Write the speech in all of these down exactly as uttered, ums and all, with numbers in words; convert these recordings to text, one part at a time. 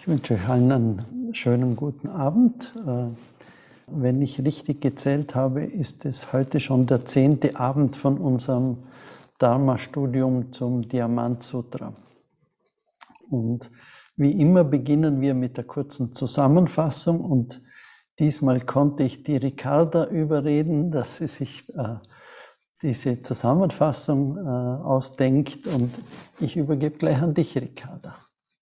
Ich wünsche euch allen einen schönen guten Abend. Wenn ich richtig gezählt habe, ist es heute schon der zehnte Abend von unserem Dharma-Studium zum Diamant-Sutra. Und wie immer beginnen wir mit der kurzen Zusammenfassung und diesmal konnte ich die Ricarda überreden, dass sie sich äh, diese Zusammenfassung äh, ausdenkt und ich übergebe gleich an dich, Ricarda.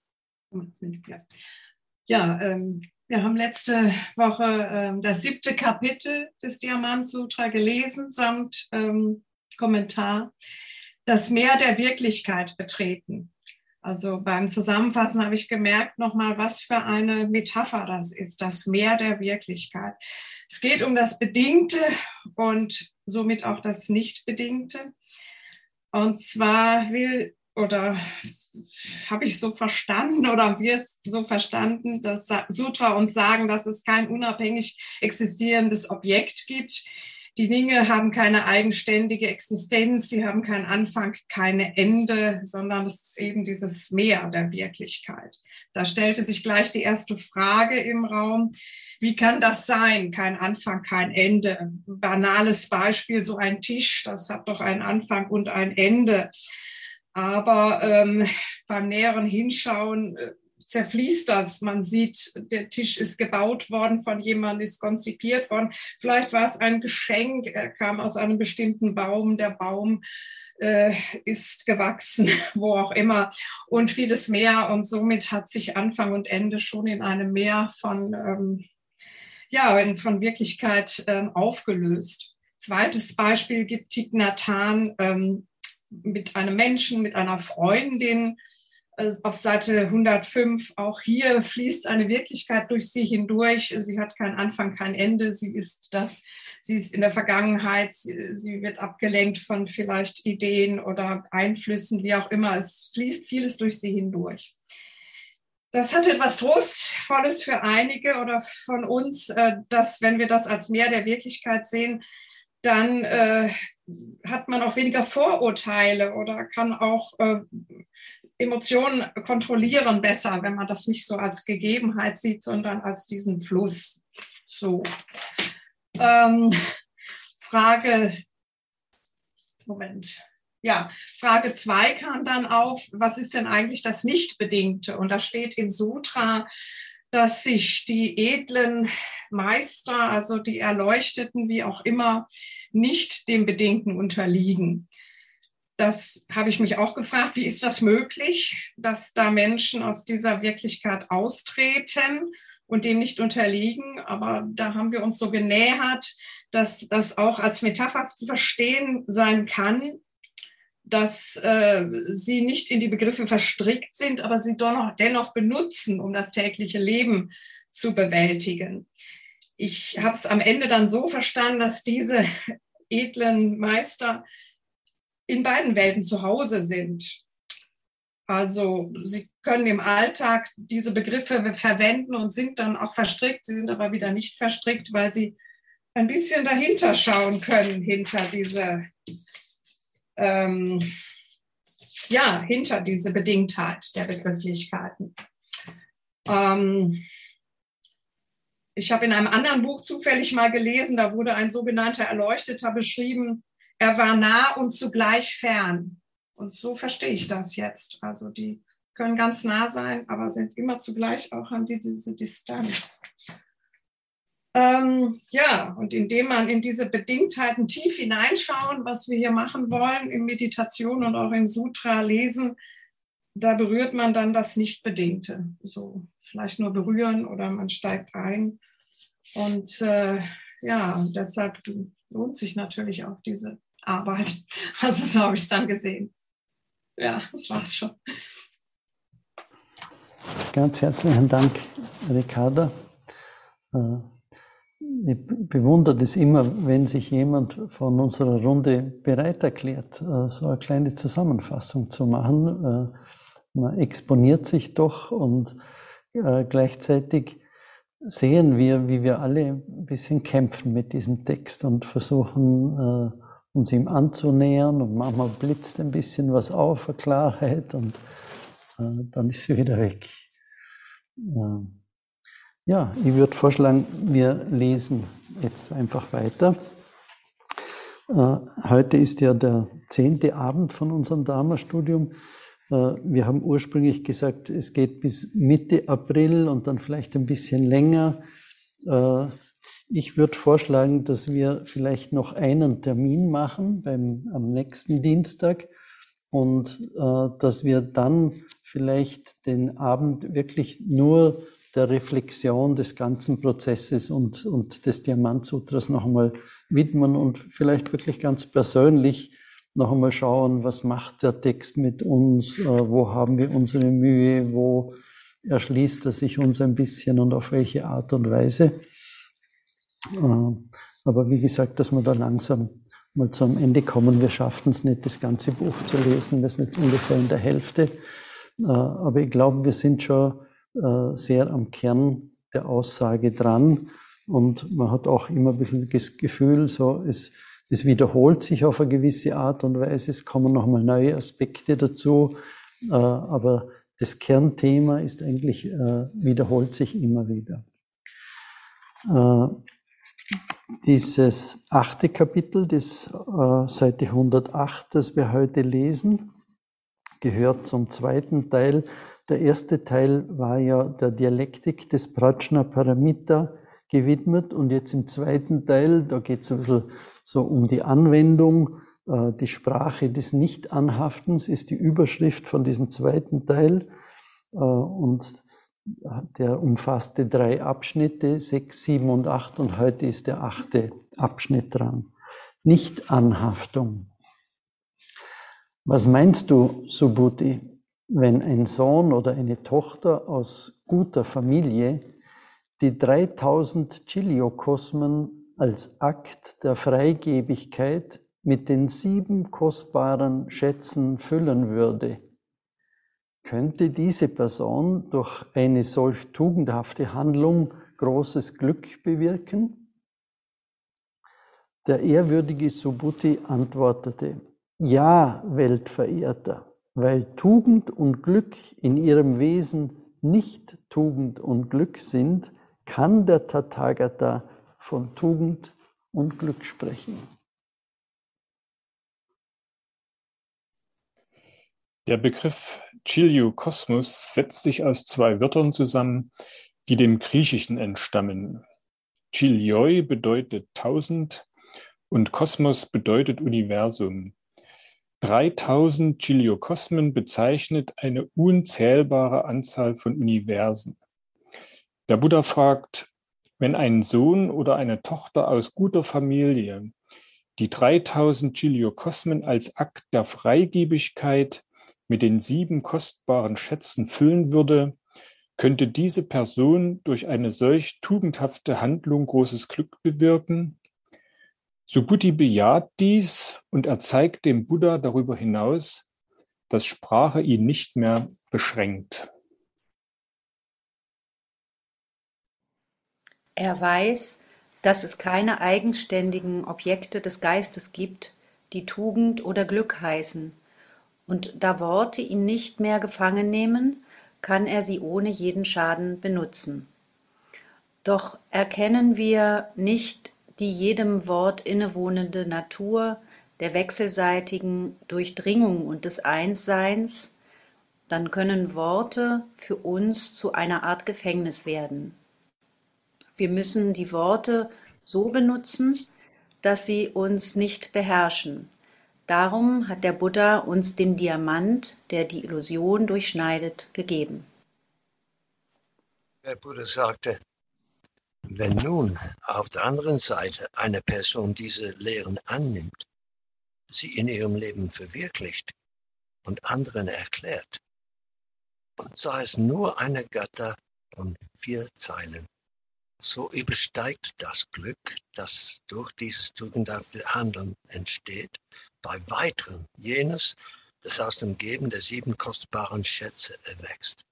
Ja, ähm, wir haben letzte Woche ähm, das siebte Kapitel des Diamant-Sutra gelesen, samt ähm, Kommentar, das Meer der Wirklichkeit betreten. Also beim Zusammenfassen habe ich gemerkt nochmal, was für eine Metapher das ist, das Meer der Wirklichkeit. Es geht um das Bedingte und somit auch das Nichtbedingte. Und zwar will oder habe ich so verstanden oder haben wir es so verstanden, dass Sutra uns sagen, dass es kein unabhängig existierendes Objekt gibt. Die Dinge haben keine eigenständige Existenz, sie haben keinen Anfang, keine Ende, sondern es ist eben dieses Meer der Wirklichkeit. Da stellte sich gleich die erste Frage im Raum, wie kann das sein? Kein Anfang, kein Ende. Ein banales Beispiel, so ein Tisch, das hat doch einen Anfang und ein Ende. Aber ähm, beim näheren Hinschauen äh, zerfließt das. Man sieht, der Tisch ist gebaut worden von jemandem, ist konzipiert worden. Vielleicht war es ein Geschenk, er kam aus einem bestimmten Baum, der Baum äh, ist gewachsen, wo auch immer und vieles mehr. Und somit hat sich Anfang und Ende schon in einem Meer von, ähm, ja, von Wirklichkeit ähm, aufgelöst. Zweites Beispiel gibt Thich Nhat Hanh, ähm, mit einem Menschen, mit einer Freundin, auf Seite hundertfünf. Auch hier fließt eine Wirklichkeit durch sie hindurch. Sie hat keinen Anfang, kein Ende. Sie ist das, sie ist in der Vergangenheit. Sie, sie wird abgelenkt von vielleicht Ideen oder Einflüssen, wie auch immer. Es fließt vieles durch sie hindurch. Das hat etwas Trostvolles für einige oder von uns, dass, wenn wir das als Meer der Wirklichkeit sehen, dann äh, hat man auch weniger Vorurteile oder kann auch äh, Emotionen kontrollieren besser, wenn man das nicht so als Gegebenheit sieht, sondern als diesen Fluss. So. Ähm, Frage, Moment. Ja, Frage zwei kam dann auf, was ist denn eigentlich das Nichtbedingte? Und da steht im Sutra, dass sich die edlen Meister, also die Erleuchteten, wie auch immer, nicht dem Bedingten unterliegen. Das habe ich mich auch gefragt, wie ist das möglich, dass da Menschen aus dieser Wirklichkeit austreten und dem nicht unterliegen? Aber da haben wir uns so genähert, dass das auch als Metapher zu verstehen sein kann, dass äh, sie nicht in die Begriffe verstrickt sind, aber sie dennoch, dennoch benutzen, um das tägliche Leben zu bewältigen. Ich habe es am Ende dann so verstanden, dass diese edlen Meister in beiden Welten zu Hause sind. Also sie können im Alltag diese Begriffe verwenden und sind dann auch verstrickt, sie sind aber wieder nicht verstrickt, weil sie ein bisschen dahinter schauen können, hinter diese Ähm, ja, hinter diese Bedingtheit der Begrifflichkeiten. Ähm, ich habe in einem anderen Buch zufällig mal gelesen, da wurde ein sogenannter Erleuchteter beschrieben, er war nah und zugleich fern. Und so verstehe ich das jetzt. Also die können ganz nah sein, aber sind immer zugleich auch, haben die diese Distanz. Ähm, ja, und indem man in diese Bedingtheiten tief hineinschauen, was wir hier machen wollen, in Meditation und auch im Sutra lesen, da berührt man dann das Nichtbedingte. So vielleicht nur berühren oder man steigt ein. Und äh, ja, deshalb lohnt sich natürlich auch diese Arbeit. Also so habe ich es dann gesehen. Ja, das war's schon. Ganz herzlichen Dank, Ricarda. Ich bewundere das immer, wenn sich jemand von unserer Runde bereit erklärt, so eine kleine Zusammenfassung zu machen. Man exponiert sich doch und gleichzeitig sehen wir, wie wir alle ein bisschen kämpfen mit diesem Text und versuchen, uns ihm anzunähern. Und manchmal blitzt ein bisschen was auf, eine Klarheit, und dann ist sie wieder weg. Ja, ich würde vorschlagen, wir lesen jetzt einfach weiter. Heute ist ja der zehnte Abend von unserem Dharma-Studium. Wir haben ursprünglich gesagt, es geht bis Mitte April und dann vielleicht ein bisschen länger. Ich würde vorschlagen, dass wir vielleicht noch einen Termin machen beim, am nächsten Dienstag und äh, dass wir dann vielleicht den Abend wirklich nur der Reflexion des ganzen Prozesses und, und des Diamant-Sutras noch einmal widmen und vielleicht wirklich ganz persönlich noch einmal schauen, was macht der Text mit uns, äh, wo haben wir unsere Mühe, wo erschließt er sich uns ein bisschen und auf welche Art und Weise. Aber wie gesagt, dass wir da langsam mal zum Ende kommen. Wir schaffen es nicht, das ganze Buch zu lesen. Wir sind jetzt ungefähr in der Hälfte. Aber ich glaube, wir sind schon sehr am Kern der Aussage dran. Und man hat auch immer ein bisschen das Gefühl, so es, es wiederholt sich auf eine gewisse Art und Weise. Es kommen nochmal neue Aspekte dazu. Aber das Kernthema ist eigentlich, wiederholt sich immer wieder. Dieses achte Kapitel, das äh, Seite hundertacht, das wir heute lesen, gehört zum zweiten Teil. Der erste Teil war ja der Dialektik des Prajnaparamita gewidmet und jetzt im zweiten Teil, da geht es ein bisschen so um die Anwendung. Äh, die Sprache des Nicht-Anhaftens ist die Überschrift von diesem zweiten Teil äh, und der umfasste drei Abschnitte, sechs, sieben und acht, und heute ist der achte Abschnitt dran. Nicht-Anhaftung. Was meinst du, Subhuti, wenn ein Sohn oder eine Tochter aus guter Familie die dreitausend Chiliokosmen als Akt der Freigebigkeit mit den sieben kostbaren Schätzen füllen würde? Könnte diese Person durch eine solch tugendhafte Handlung großes Glück bewirken? Der ehrwürdige Subhuti antwortete: Ja, Weltverehrter, weil Tugend und Glück in ihrem Wesen nicht Tugend und Glück sind, kann der Tathagata von Tugend und Glück sprechen. Der Begriff Chiliokosmos setzt sich aus zwei Wörtern zusammen, die dem Griechischen entstammen. Chilioi bedeutet tausend und Kosmos bedeutet Universum. dreitausend Chiliokosmen bezeichnet eine unzählbare Anzahl von Universen. Der Buddha fragt, wenn ein Sohn oder eine Tochter aus guter Familie die dreitausend Chiliokosmen als Akt der Freigebigkeit mit den sieben kostbaren Schätzen füllen würde, könnte diese Person durch eine solch tugendhafte Handlung großes Glück bewirken? Subhuti bejaht dies und er zeigt dem Buddha darüber hinaus, dass Sprache ihn nicht mehr beschränkt. Er weiß, dass es keine eigenständigen Objekte des Geistes gibt, die Tugend oder Glück heißen. Und da Worte ihn nicht mehr gefangen nehmen, kann er sie ohne jeden Schaden benutzen. Doch erkennen wir nicht die jedem Wort innewohnende Natur der wechselseitigen Durchdringung und des Einsseins, dann können Worte für uns zu einer Art Gefängnis werden. Wir müssen die Worte so benutzen, dass sie uns nicht beherrschen. Darum hat der Buddha uns den Diamant, der die Illusion durchschneidet, gegeben. Der Buddha sagte, wenn nun auf der anderen Seite eine Person diese Lehren annimmt, sie in ihrem Leben verwirklicht und anderen erklärt, und sei es nur eine Gatta von vier Zeilen, so übersteigt das Glück, das durch dieses tugendhafte Handeln entsteht, bei weiteren jenes, das aus dem Geben der sieben kostbaren Schätze erwächst.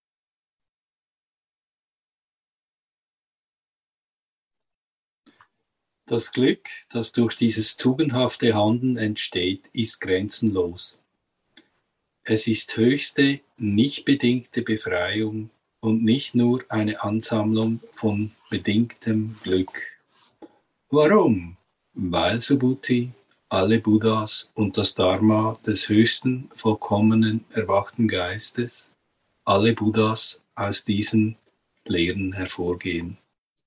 Das Glück, das durch dieses tugendhafte Handeln entsteht, ist grenzenlos. Es ist höchste, nicht bedingte Befreiung und nicht nur eine Ansammlung von bedingtem Glück. Warum? Weil Subhuti alle Buddhas und das Dharma des höchsten, vollkommenen, erwachten Geistes, alle Buddhas aus diesen Lehren hervorgehen.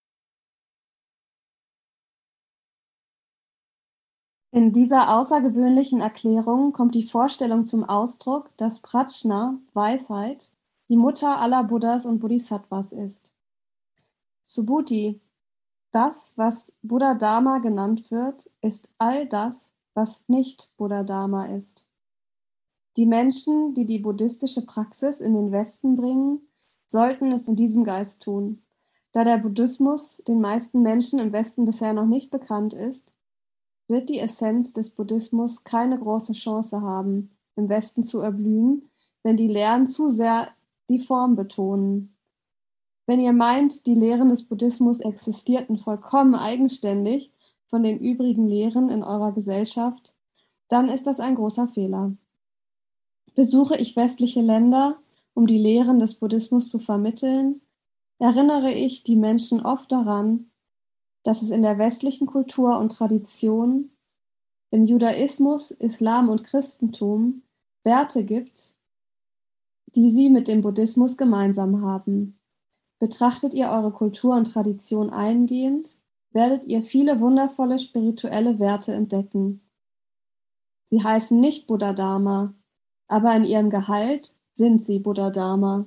In dieser außergewöhnlichen Erklärung kommt die Vorstellung zum Ausdruck, dass Prajna, Weisheit, die Mutter aller Buddhas und Bodhisattvas ist. Subhuti, das, was Buddha Dharma genannt wird, ist all das, was nicht Buddha Dharma ist. Die Menschen, die die buddhistische Praxis in den Westen bringen, sollten es in diesem Geist tun. Da der Buddhismus den meisten Menschen im Westen bisher noch nicht bekannt ist, wird die Essenz des Buddhismus keine große Chance haben, im Westen zu erblühen, wenn die Lehren zu sehr die Form betonen. Wenn ihr meint, die Lehren des Buddhismus existierten vollkommen eigenständig von den übrigen Lehren in eurer Gesellschaft, dann ist das ein großer Fehler. Besuche ich westliche Länder, um die Lehren des Buddhismus zu vermitteln, erinnere ich die Menschen oft daran, dass es in der westlichen Kultur und Tradition, im Judaismus, Islam und Christentum Werte gibt, die sie mit dem Buddhismus gemeinsam haben. Betrachtet ihr eure Kultur und Tradition eingehend, werdet ihr viele wundervolle spirituelle Werte entdecken. Sie heißen nicht Buddha Dharma, aber in ihrem Gehalt sind sie Buddha Dharma.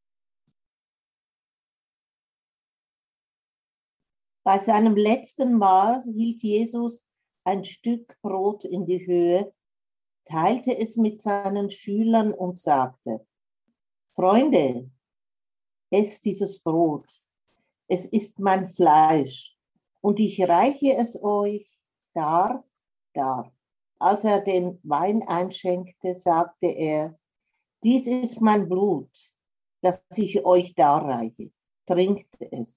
Bei seinem letzten Mahl hielt Jesus ein Stück Brot in die Höhe, teilte es mit seinen Schülern und sagte: Freunde, esst dieses Brot. Es ist mein Fleisch und ich reiche es euch dar, dar. Als er den Wein einschenkte, sagte er: Dies ist mein Blut, das ich euch darreiche. Trinkt es.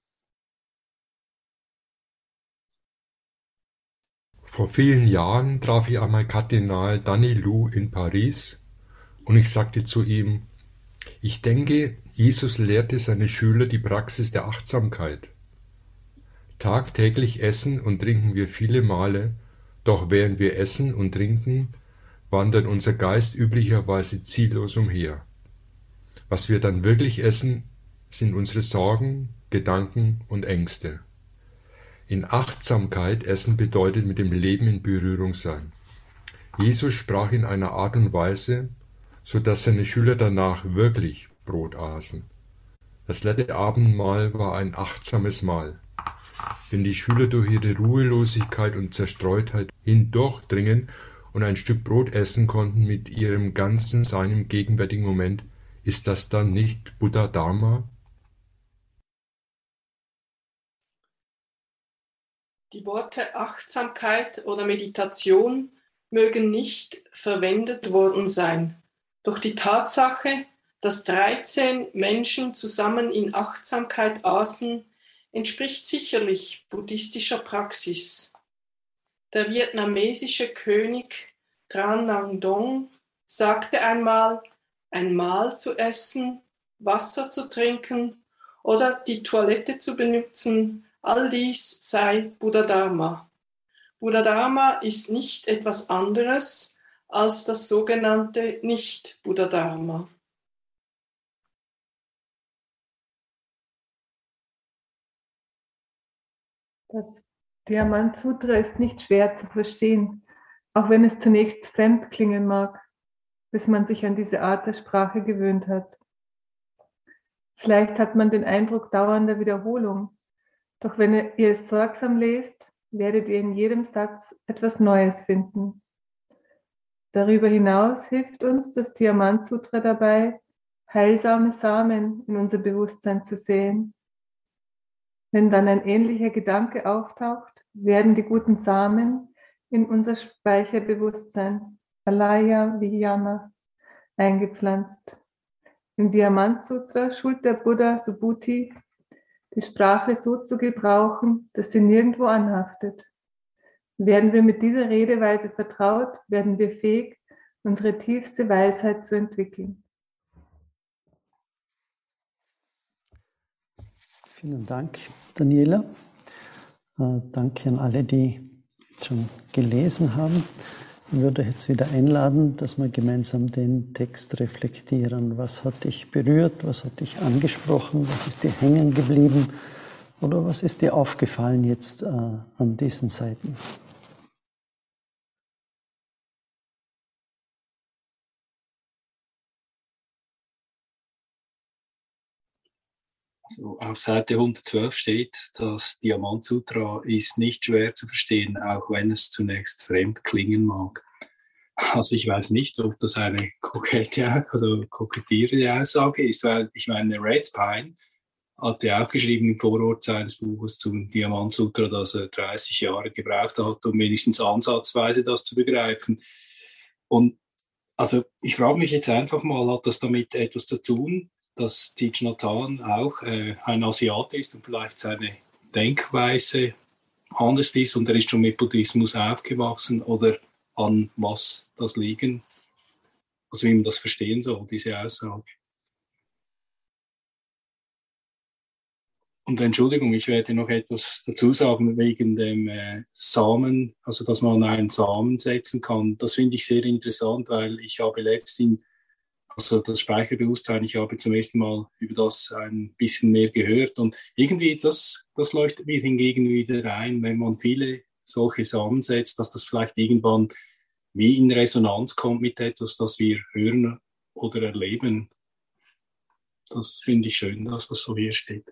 Vor vielen Jahren traf ich einmal Kardinal Danilou in Paris und ich sagte zu ihm: Ich denke, Jesus lehrte seine Schüler die Praxis der Achtsamkeit. Tagtäglich essen und trinken wir viele Male, doch während wir essen und trinken, wandert unser Geist üblicherweise ziellos umher. Was wir dann wirklich essen, sind unsere Sorgen, Gedanken und Ängste. In Achtsamkeit essen bedeutet mit dem Leben in Berührung sein. Jesus sprach in einer Art und Weise, so dass seine Schüler danach wirklich Brot aßen. Das letzte Abendmahl war ein achtsames Mahl. Wenn die Schüler durch ihre Ruhelosigkeit und Zerstreutheit hindurchdringen und ein Stück Brot essen konnten mit ihrem ganzen Sein im gegenwärtigen Moment, ist das dann nicht Buddha Dharma? Die Worte Achtsamkeit oder Meditation mögen nicht verwendet worden sein. Doch die Tatsache, dass dreizehn Menschen zusammen in Achtsamkeit aßen, entspricht sicherlich buddhistischer Praxis. Der vietnamesische König Tran Nang Dong sagte einmal, ein Mahl zu essen, Wasser zu trinken oder die Toilette zu benutzen, all dies sei Buddha Dharma. Buddha Dharma ist nicht etwas anderes als das sogenannte Nicht-Buddha Dharma. Das Diamant Sutra ist nicht schwer zu verstehen, auch wenn es zunächst fremd klingen mag, bis man sich an diese Art der Sprache gewöhnt hat. Vielleicht hat man den Eindruck dauernder Wiederholung, doch wenn ihr es sorgsam lest, werdet ihr in jedem Satz etwas Neues finden. Darüber hinaus hilft uns das Diamant Sutra dabei, heilsame Samen in unser Bewusstsein zu säen. Wenn dann ein ähnlicher Gedanke auftaucht, werden die guten Samen in unser Speicherbewusstsein, Alaya Vijnana, eingepflanzt. Im Diamant Sutra schult der Buddha Subhuti, die Sprache so zu gebrauchen, dass sie nirgendwo anhaftet. Werden wir mit dieser Redeweise vertraut, werden wir fähig, unsere tiefste Weisheit zu entwickeln. Vielen Dank, Daniela. Äh, danke an alle, die schon gelesen haben. Ich würde jetzt wieder einladen, dass wir gemeinsam den Text reflektieren. Was hat dich berührt? Was hat dich angesprochen? Was ist dir hängen geblieben? Oder was ist dir aufgefallen jetzt äh, an diesen Seiten? Also auf Seite hundertzwölf steht, das Diamant Sutra ist nicht schwer zu verstehen, auch wenn es zunächst fremd klingen mag. Also ich weiß nicht, ob das eine kokette, also kokettierende Aussage ist, weil ich meine, Red Pine hat ja auch geschrieben im Vorwort seines Buches zum Diamant Sutra, dass er dreißig Jahre gebraucht hat, um wenigstens ansatzweise das zu begreifen. Und also ich frage mich jetzt einfach mal, hat das damit etwas zu tun, dass Thich Nhat Hanh auch äh, ein Asiate ist und vielleicht seine Denkweise anders ist und er ist schon mit Buddhismus aufgewachsen, oder an was das liegen? Also wie man das verstehen soll, diese Aussage. Und Entschuldigung, ich werde noch etwas dazu sagen wegen dem äh, Samen, also dass man einen Samen setzen kann. Das finde ich sehr interessant, weil ich habe letztens Also das Speicherbewusstsein, ich habe zum ersten Mal über das ein bisschen mehr gehört und irgendwie, das, das leuchtet mir hingegen wieder ein, wenn man viele solche Samen setzt, dass das vielleicht irgendwann wie in Resonanz kommt mit etwas, das wir hören oder erleben. Das finde ich schön, dass das so hier steht.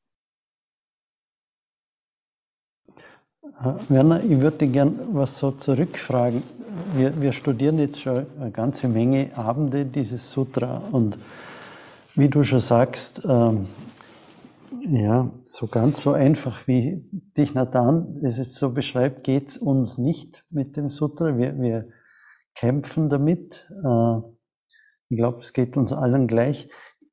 Werner, ich würde gerne was so zurückfragen. Wir, wir studieren jetzt schon eine ganze Menge Abende dieses Sutra und wie du schon sagst, ähm, ja, so ganz so einfach wie Thich Nhat Hanh es jetzt so beschreibt, geht es uns nicht mit dem Sutra. Wir, wir kämpfen damit. Äh, ich glaube, es geht uns allen gleich.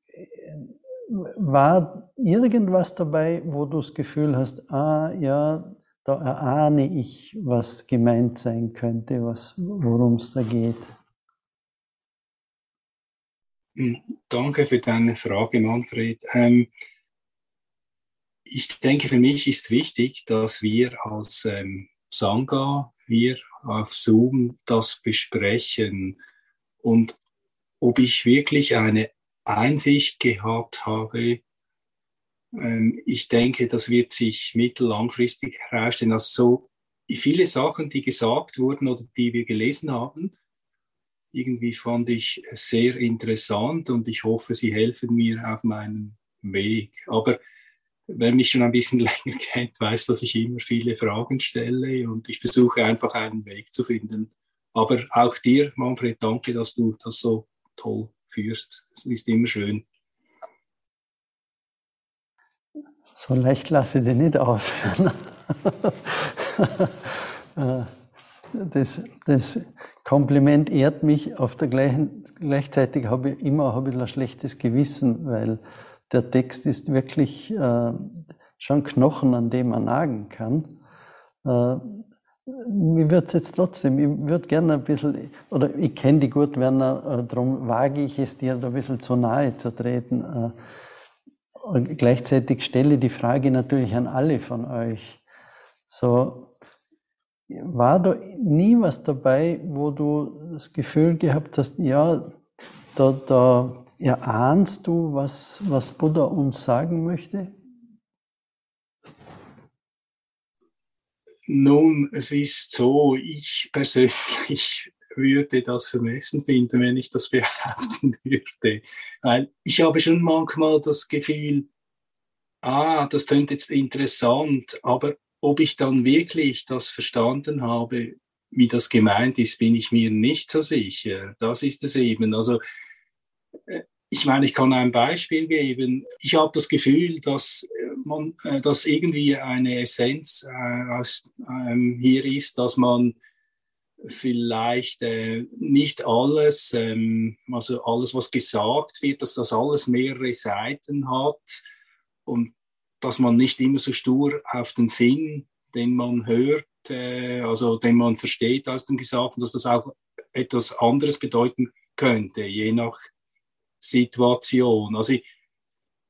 War irgendwas dabei, wo du das Gefühl hast, ah ja, da erahne ich, was gemeint sein könnte, was, worum es da geht? Danke für deine Frage, Manfred. Ähm, ich denke, für mich ist wichtig, dass wir als ähm, Sangha, wir auf Zoom das besprechen und ob ich wirklich eine Einsicht gehabt habe. Ich denke, das wird sich mittellangfristig herausstellen. Also so viele Sachen, die gesagt wurden oder die wir gelesen haben, irgendwie fand ich sehr interessant und ich hoffe, sie helfen mir auf meinem Weg. Aber wer mich schon ein bisschen länger kennt, weiß, dass ich immer viele Fragen stelle und ich versuche einfach einen Weg zu finden. Aber auch dir, Manfred, danke, dass du das so toll führst. Es ist immer schön. So leicht lasse ich dich nicht aus. das, das Kompliment ehrt mich. Auf der gleichen, gleichzeitig habe ich immer auch ein bisschen ein schlechtes Gewissen, weil der Text ist wirklich äh, schon Knochen, an dem man nagen kann. Äh, mir wird es jetzt trotzdem, ich würde gerne ein bisschen, oder ich kenne dich gut, Werner, äh, darum wage ich es dir da ein bisschen zu nahe zu treten. Äh, Und gleichzeitig stelle die Frage natürlich an alle von euch. So, war da nie was dabei, wo du das Gefühl gehabt hast, ja, da, da erahnst du, was, was Buddha uns sagen möchte? Nun, es ist so, ich persönlich würde das vermessen finden, wenn ich das behaupten würde. Weil ich habe schon manchmal das Gefühl, ah, das klingt jetzt interessant, aber ob ich dann wirklich das verstanden habe, wie das gemeint ist, bin ich mir nicht so sicher. Das ist es eben. Also, ich meine, ich kann ein Beispiel geben. Ich habe das Gefühl, dass man, dass irgendwie eine Essenz äh, aus, ähm, hier ist, dass man vielleicht äh, nicht alles, ähm, also alles, was gesagt wird, dass das alles mehrere Seiten hat und dass man nicht immer so stur auf den Sinn, den man hört, äh, also den man versteht aus dem Gesagten, dass das auch etwas anderes bedeuten könnte, je nach Situation. Also ich,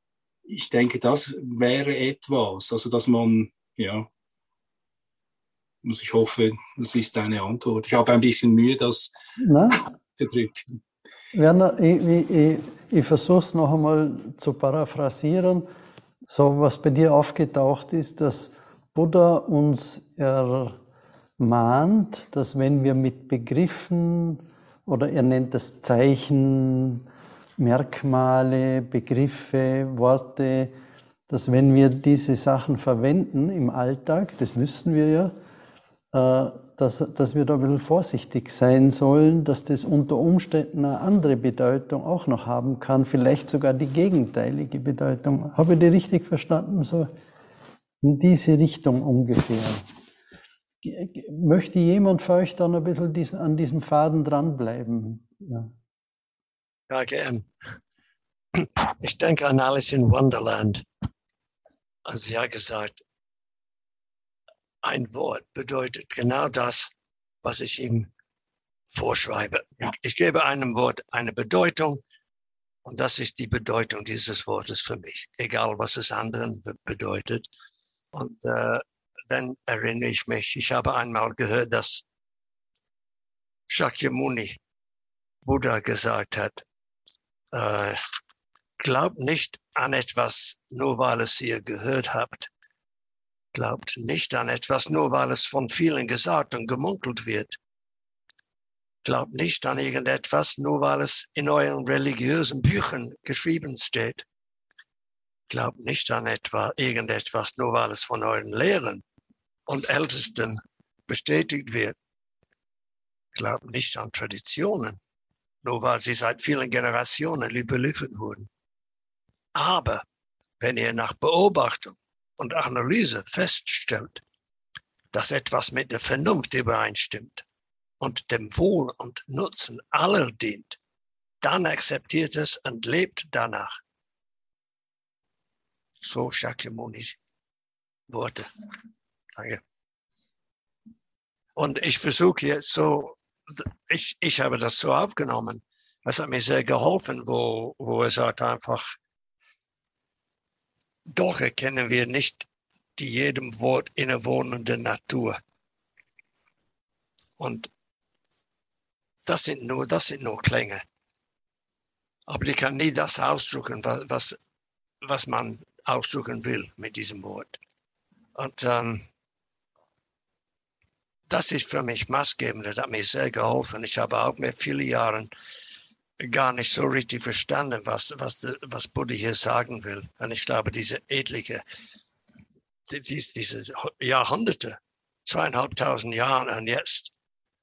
ich denke, das wäre etwas, also dass man, ja, muss ich hoffe, das ist eine Antwort. Ich habe ein bisschen Mühe, das zu drücken. Werner, ich, ich, ich, ich versuche es noch einmal zu paraphrasieren. So, was bei dir aufgetaucht ist, dass Buddha uns ermahnt, dass wenn wir mit Begriffen, oder er nennt das Zeichen, Merkmale, Begriffe, Worte, dass wenn wir diese Sachen verwenden im Alltag, das müssen wir ja, dass, dass wir da ein bisschen vorsichtig sein sollen, dass das unter Umständen eine andere Bedeutung auch noch haben kann, vielleicht sogar die gegenteilige Bedeutung. Habe ich die richtig verstanden? So in diese Richtung ungefähr. Möchte jemand für euch dann ein bisschen diesen, an diesem Faden dranbleiben? Ja. Ja, gern. Ich denke an Alice in Wonderland. Also sie hat gesagt, ein Wort bedeutet genau das, was ich ihm vorschreibe. Ich gebe einem Wort eine Bedeutung und das ist die Bedeutung dieses Wortes für mich, egal was es anderen bedeutet. Und äh, dann erinnere ich mich, ich habe einmal gehört, dass Shakyamuni Buddha gesagt hat, äh, glaubt nicht an etwas, nur weil es ihr gehört habt. Glaubt nicht an etwas, nur weil es von vielen gesagt und gemunkelt wird. Glaubt nicht an irgendetwas, nur weil es in euren religiösen Büchern geschrieben steht. Glaubt nicht an etwa irgendetwas, nur weil es von euren Lehrern und Ältesten bestätigt wird. Glaubt nicht an Traditionen, nur weil sie seit vielen Generationen überliefert wurden. Aber wenn ihr nach Beobachtung und Analyse feststellt, dass etwas mit der Vernunft übereinstimmt und dem Wohl und Nutzen aller dient, dann akzeptiert es und lebt danach. So Shakyamunis Worte. Danke. Und ich versuche jetzt so, ich, ich habe das so aufgenommen. Das hat mir sehr geholfen, wo, wo er sagt einfach, doch erkennen wir nicht die jedem Wort innewohnende Natur. Und das sind nur, das sind nur Klänge. Aber die kann nie das ausdrücken, was, was, was man ausdrücken will mit diesem Wort. Und ähm, das ist für mich maßgebend, das hat mir sehr geholfen. Ich habe auch mit vielen Jahren gar nicht so richtig verstanden, was, was, was Buddha hier sagen will. Und ich glaube, diese etliche, diese, diese Jahrhunderte, zweieinhalbtausend Jahre und jetzt,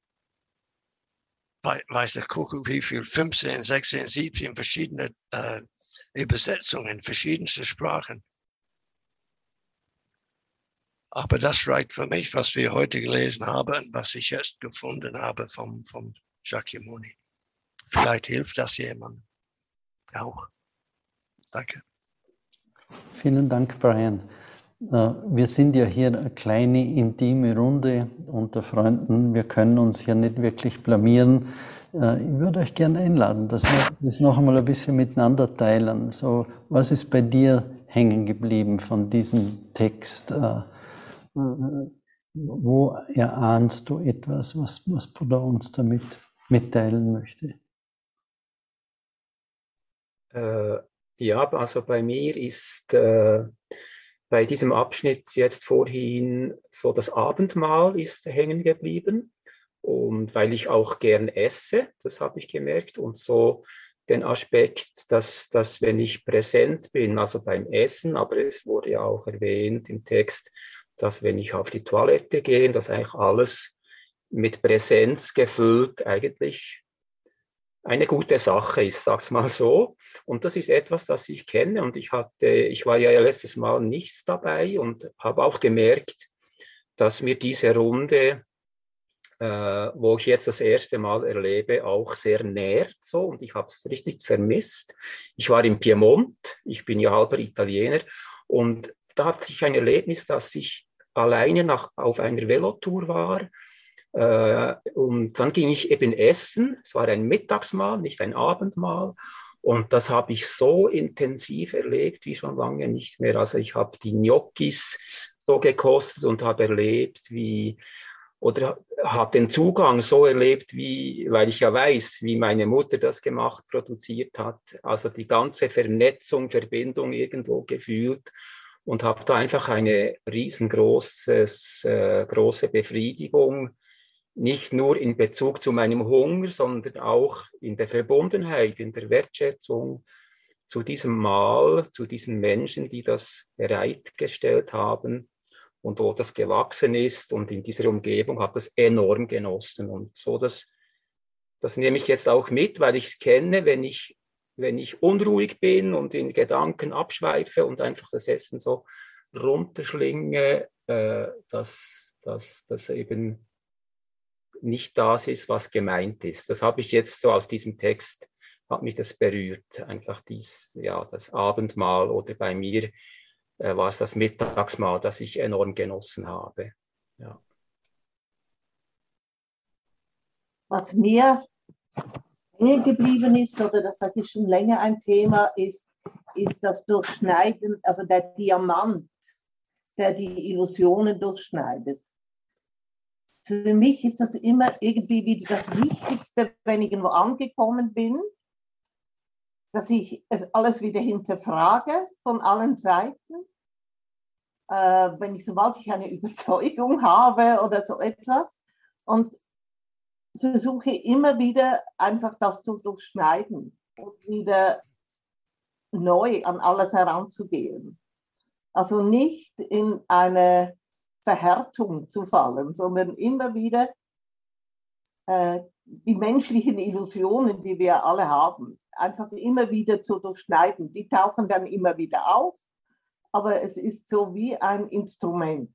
weiß der Kuckuck wie viel, fünfzehn, sechzehn, siebzehn verschiedene äh, Übersetzungen, verschiedenste Sprachen. Aber das reicht für mich, was wir heute gelesen haben und was ich jetzt gefunden habe vom, vom Shakyamuni. Vielleicht hilft das jemandem auch. Danke. Vielen Dank, Brian. Wir sind ja hier eine kleine, intime Runde unter Freunden. Wir können uns hier nicht wirklich blamieren. Ich würde euch gerne einladen, dass wir das noch einmal ein bisschen miteinander teilen. So, was ist bei dir hängen geblieben von diesem Text? Wo erahnst du etwas, was, was Buddha uns damit mitteilen möchte? Äh, ja, also bei mir ist äh, bei diesem Abschnitt jetzt vorhin so das Abendmahl ist hängen geblieben. Und weil ich auch gern esse, das habe ich gemerkt, und so den Aspekt, dass, dass wenn ich präsent bin, also beim Essen, aber es wurde ja auch erwähnt im Text, dass wenn ich auf die Toilette gehe, dass eigentlich alles mit Präsenz gefüllt eigentlich eine gute Sache ist, sag's mal so. Und das ist etwas, das ich kenne, und ich hatte, ich war ja letztes Mal nicht dabei und habe auch gemerkt, dass mir diese Runde, äh, wo ich jetzt das erste Mal erlebe, auch sehr nährt so, und ich habe es richtig vermisst. Ich war im Piemont, ich bin ja halber Italiener, und da hatte ich ein Erlebnis, dass ich alleine nach, auf einer Velotour war. Äh, und dann ging ich eben essen. Es war ein Mittagsmahl, nicht ein Abendmahl. Und das habe ich so intensiv erlebt wie schon lange nicht mehr. Also ich habe die Gnocchis so gekostet und habe erlebt, wie, oder habe den Zugang so erlebt, wie, weil ich ja weiß, wie meine Mutter das gemacht, produziert hat. Also die ganze Vernetzung, Verbindung irgendwo gefühlt und habe da einfach eine riesengroßes, äh, große Befriedigung, nicht nur in Bezug zu meinem Hunger, sondern auch in der Verbundenheit, in der Wertschätzung zu diesem Mahl, zu diesen Menschen, die das bereitgestellt haben und wo das gewachsen ist. Und in dieser Umgebung habe ich das enorm genossen. Und so, das, das nehme ich jetzt auch mit, weil ich es kenne, wenn ich, wenn ich unruhig bin und in Gedanken abschweife und einfach das Essen so runterschlinge, äh, dass das eben nicht das ist, was gemeint ist. Das habe ich jetzt so aus diesem Text, hat mich das berührt. Einfach dies, ja, das Abendmahl oder bei mir äh, war es das Mittagsmahl, das ich enorm genossen habe. Ja. Was mir hängen geblieben ist, oder das ist schon länger ein Thema, ist, ist das Durchschneiden, also der Diamant, der die Illusionen durchschneidet. Für mich ist das immer irgendwie wieder das Wichtigste, wenn ich irgendwo angekommen bin, dass ich es alles wieder hinterfrage von allen Seiten. Äh, wenn ich, sobald ich eine Überzeugung habe oder so etwas, und versuche immer wieder einfach das zu durchschneiden und wieder neu an alles heranzugehen. Also nicht in eine Verhärtung zu fallen, sondern immer wieder äh, die menschlichen Illusionen, die wir alle haben, einfach immer wieder zu durchschneiden. Die tauchen dann immer wieder auf, aber es ist so wie ein Instrument.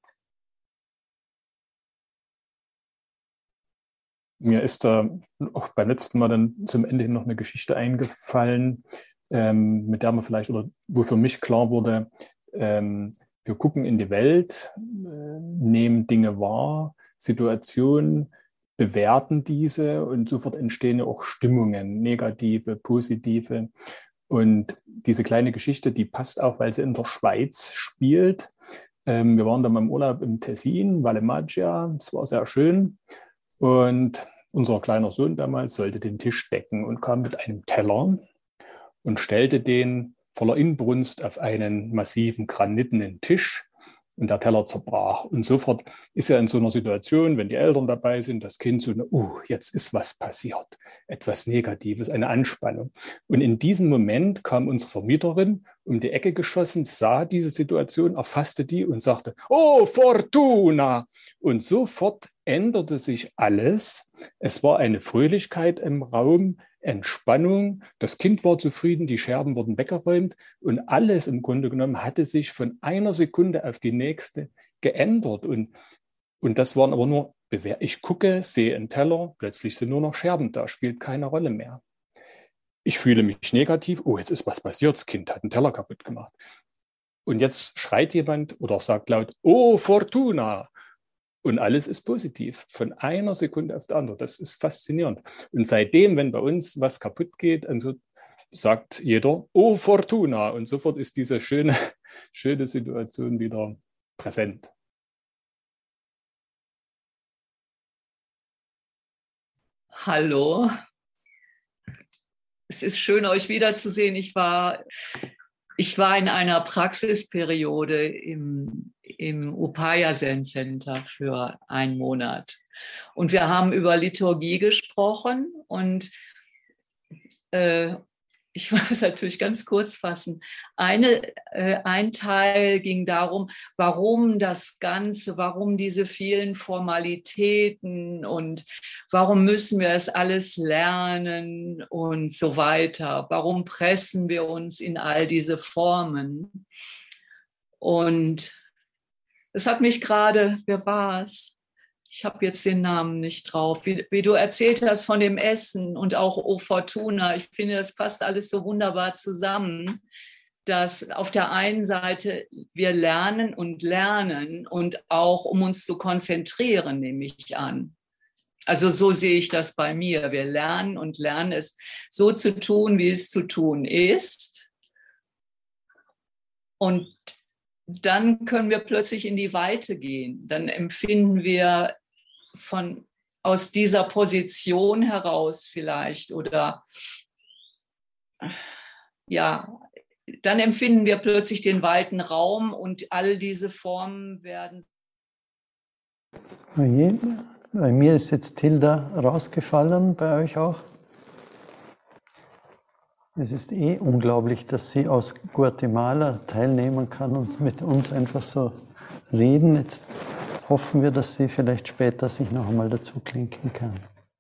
Mir ist da auch beim letzten Mal dann zum Ende hin noch eine Geschichte eingefallen, ähm, mit der man vielleicht, oder wo für mich klar wurde, ähm, wir gucken in die Welt, äh, nehmen Dinge wahr, Situationen, bewerten diese und sofort entstehen ja auch Stimmungen, negative, positive. Und diese kleine Geschichte, die passt auch, weil sie in der Schweiz spielt. Ähm, wir waren da mal im Urlaub im Tessin, Valle Maggia, es war sehr schön. Und unser kleiner Sohn damals sollte den Tisch decken und kam mit einem Teller und stellte den voller Inbrunst auf einen massiven granitenen Tisch und der Teller zerbrach. Und sofort ist ja in so einer Situation, wenn die Eltern dabei sind, das Kind so, uh, jetzt ist was passiert, etwas Negatives, eine Anspannung. Und in diesem Moment kam unsere Vermieterin um die Ecke geschossen, sah diese Situation, erfasste die und sagte, oh, Fortuna! Und sofort änderte sich alles. Es war eine Fröhlichkeit im Raum, Entspannung, das Kind war zufrieden, die Scherben wurden weggeräumt und alles im Grunde genommen hatte sich von einer Sekunde auf die nächste geändert. Und, und das waren aber nur, ich gucke, sehe einen Teller, plötzlich sind nur noch Scherben da, spielt keine Rolle mehr. Ich fühle mich negativ, oh, jetzt ist was passiert, das Kind hat einen Teller kaputt gemacht. Und jetzt schreit jemand oder sagt laut, oh, Fortuna! Und alles ist positiv, von einer Sekunde auf die andere. Das ist faszinierend. Und seitdem, wenn bei uns was kaputt geht, also sagt jeder, oh Fortuna. Und sofort ist diese schöne, schöne Situation wieder präsent. Hallo. Es ist schön, euch wiederzusehen. Ich war, ich war in einer Praxisperiode im im Upaya Zen Center für einen Monat. Und wir haben über Liturgie gesprochen und äh, ich muss es natürlich ganz kurz fassen. Eine, äh, ein Teil ging darum, warum das Ganze, warum diese vielen Formalitäten und warum müssen wir es alles lernen und so weiter. Warum pressen wir uns in all diese Formen? Und es hat mich gerade, wer war es? Ich habe jetzt den Namen nicht drauf. Wie, wie du erzählt hast von dem Essen und auch O Fortuna. Ich finde, das passt alles so wunderbar zusammen, dass auf der einen Seite wir lernen und lernen und auch um uns zu konzentrieren, nehme ich an. Also so sehe ich das bei mir. Wir lernen und lernen es so zu tun, wie es zu tun ist. Und dann können wir plötzlich in die Weite gehen. Dann empfinden wir von, aus dieser Position heraus vielleicht oder ja, dann empfinden wir plötzlich den weiten Raum und all diese Formen werden. Bei mir ist jetzt Tilda rausgefallen, bei euch auch. Es ist eh unglaublich, dass sie aus Guatemala teilnehmen kann und mit uns einfach so reden. Jetzt hoffen wir, dass sie vielleicht später sich noch einmal dazu klinken kann.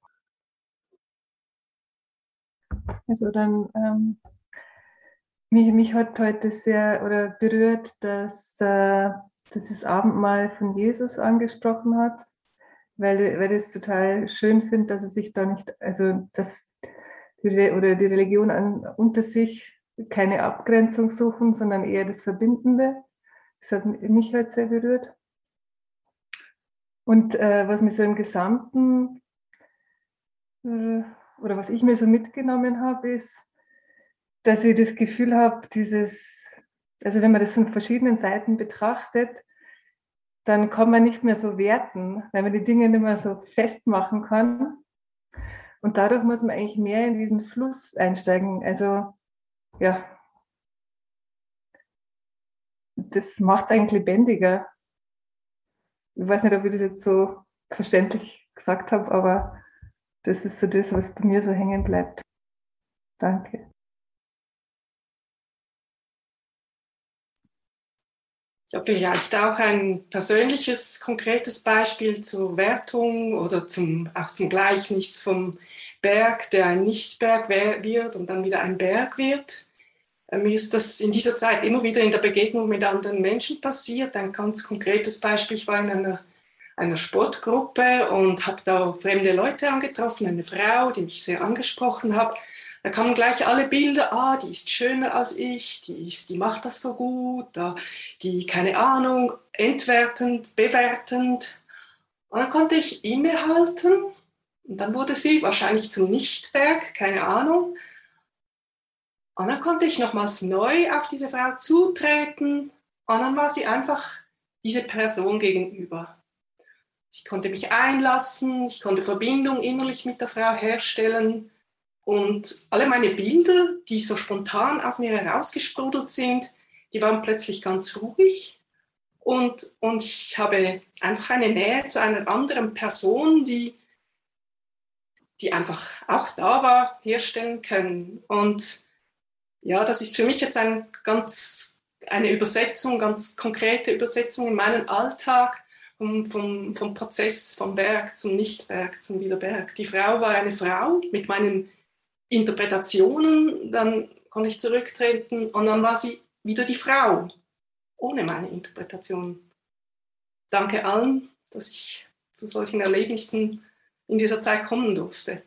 Also dann, ähm, mich, mich hat heute sehr oder berührt, dass äh, dieses Abendmahl von Jesus angesprochen hat, weil, weil ich es total schön finde, dass er sich da nicht, also dass die, oder die Religion an, unter sich keine Abgrenzung suchen, sondern eher das Verbindende. Das hat mich heute sehr berührt. Und äh, was mir so im Gesamten äh, oder was ich mir so mitgenommen habe, ist, dass ich das Gefühl habe, dieses, also wenn man das von verschiedenen Seiten betrachtet, dann kann man nicht mehr so werten, weil man die Dinge nicht mehr so festmachen kann. Und dadurch muss man eigentlich mehr in diesen Fluss einsteigen. Also, ja, das macht es eigentlich lebendiger. Ich weiß nicht, ob ich das jetzt so verständlich gesagt habe, aber das ist so das, was bei mir so hängen bleibt. Danke. Ich habe vielleicht auch ein persönliches, konkretes Beispiel zur Wertung oder zum, auch zum Gleichnis vom Berg, der ein Nichtberg wird und dann wieder ein Berg wird. Mir ist das in dieser Zeit immer wieder in der Begegnung mit anderen Menschen passiert. Ein ganz konkretes Beispiel, ich war in einer, einer Sportgruppe und habe da fremde Leute angetroffen, eine Frau, die mich sehr angesprochen hat. Da kamen gleich alle Bilder, ah, die ist schöner als ich, die, ist, die macht das so gut, da, die, keine Ahnung, entwertend, bewertend. Und dann konnte ich innehalten und dann wurde sie wahrscheinlich zum Nichtberg, keine Ahnung. Und dann konnte ich nochmals neu auf diese Frau zutreten und dann war sie einfach diese Person gegenüber. Ich konnte mich einlassen, ich konnte Verbindung innerlich mit der Frau herstellen. Und alle meine Bilder, die so spontan aus mir herausgesprudelt sind, die waren plötzlich ganz ruhig. Und, und ich habe einfach eine Nähe zu einer anderen Person, die, die einfach auch da war, herstellen können. Und ja, das ist für mich jetzt ein ganz, eine Übersetzung, ganz konkrete Übersetzung in meinen Alltag vom, vom, vom Prozess vom Berg zum Nichtberg, zum Wiederberg. Die Frau war eine Frau mit meinen Interpretationen, dann konnte ich zurücktreten und dann war sie wieder die Frau, ohne meine Interpretation. Danke allen, dass ich zu solchen Erlebnissen in dieser Zeit kommen durfte.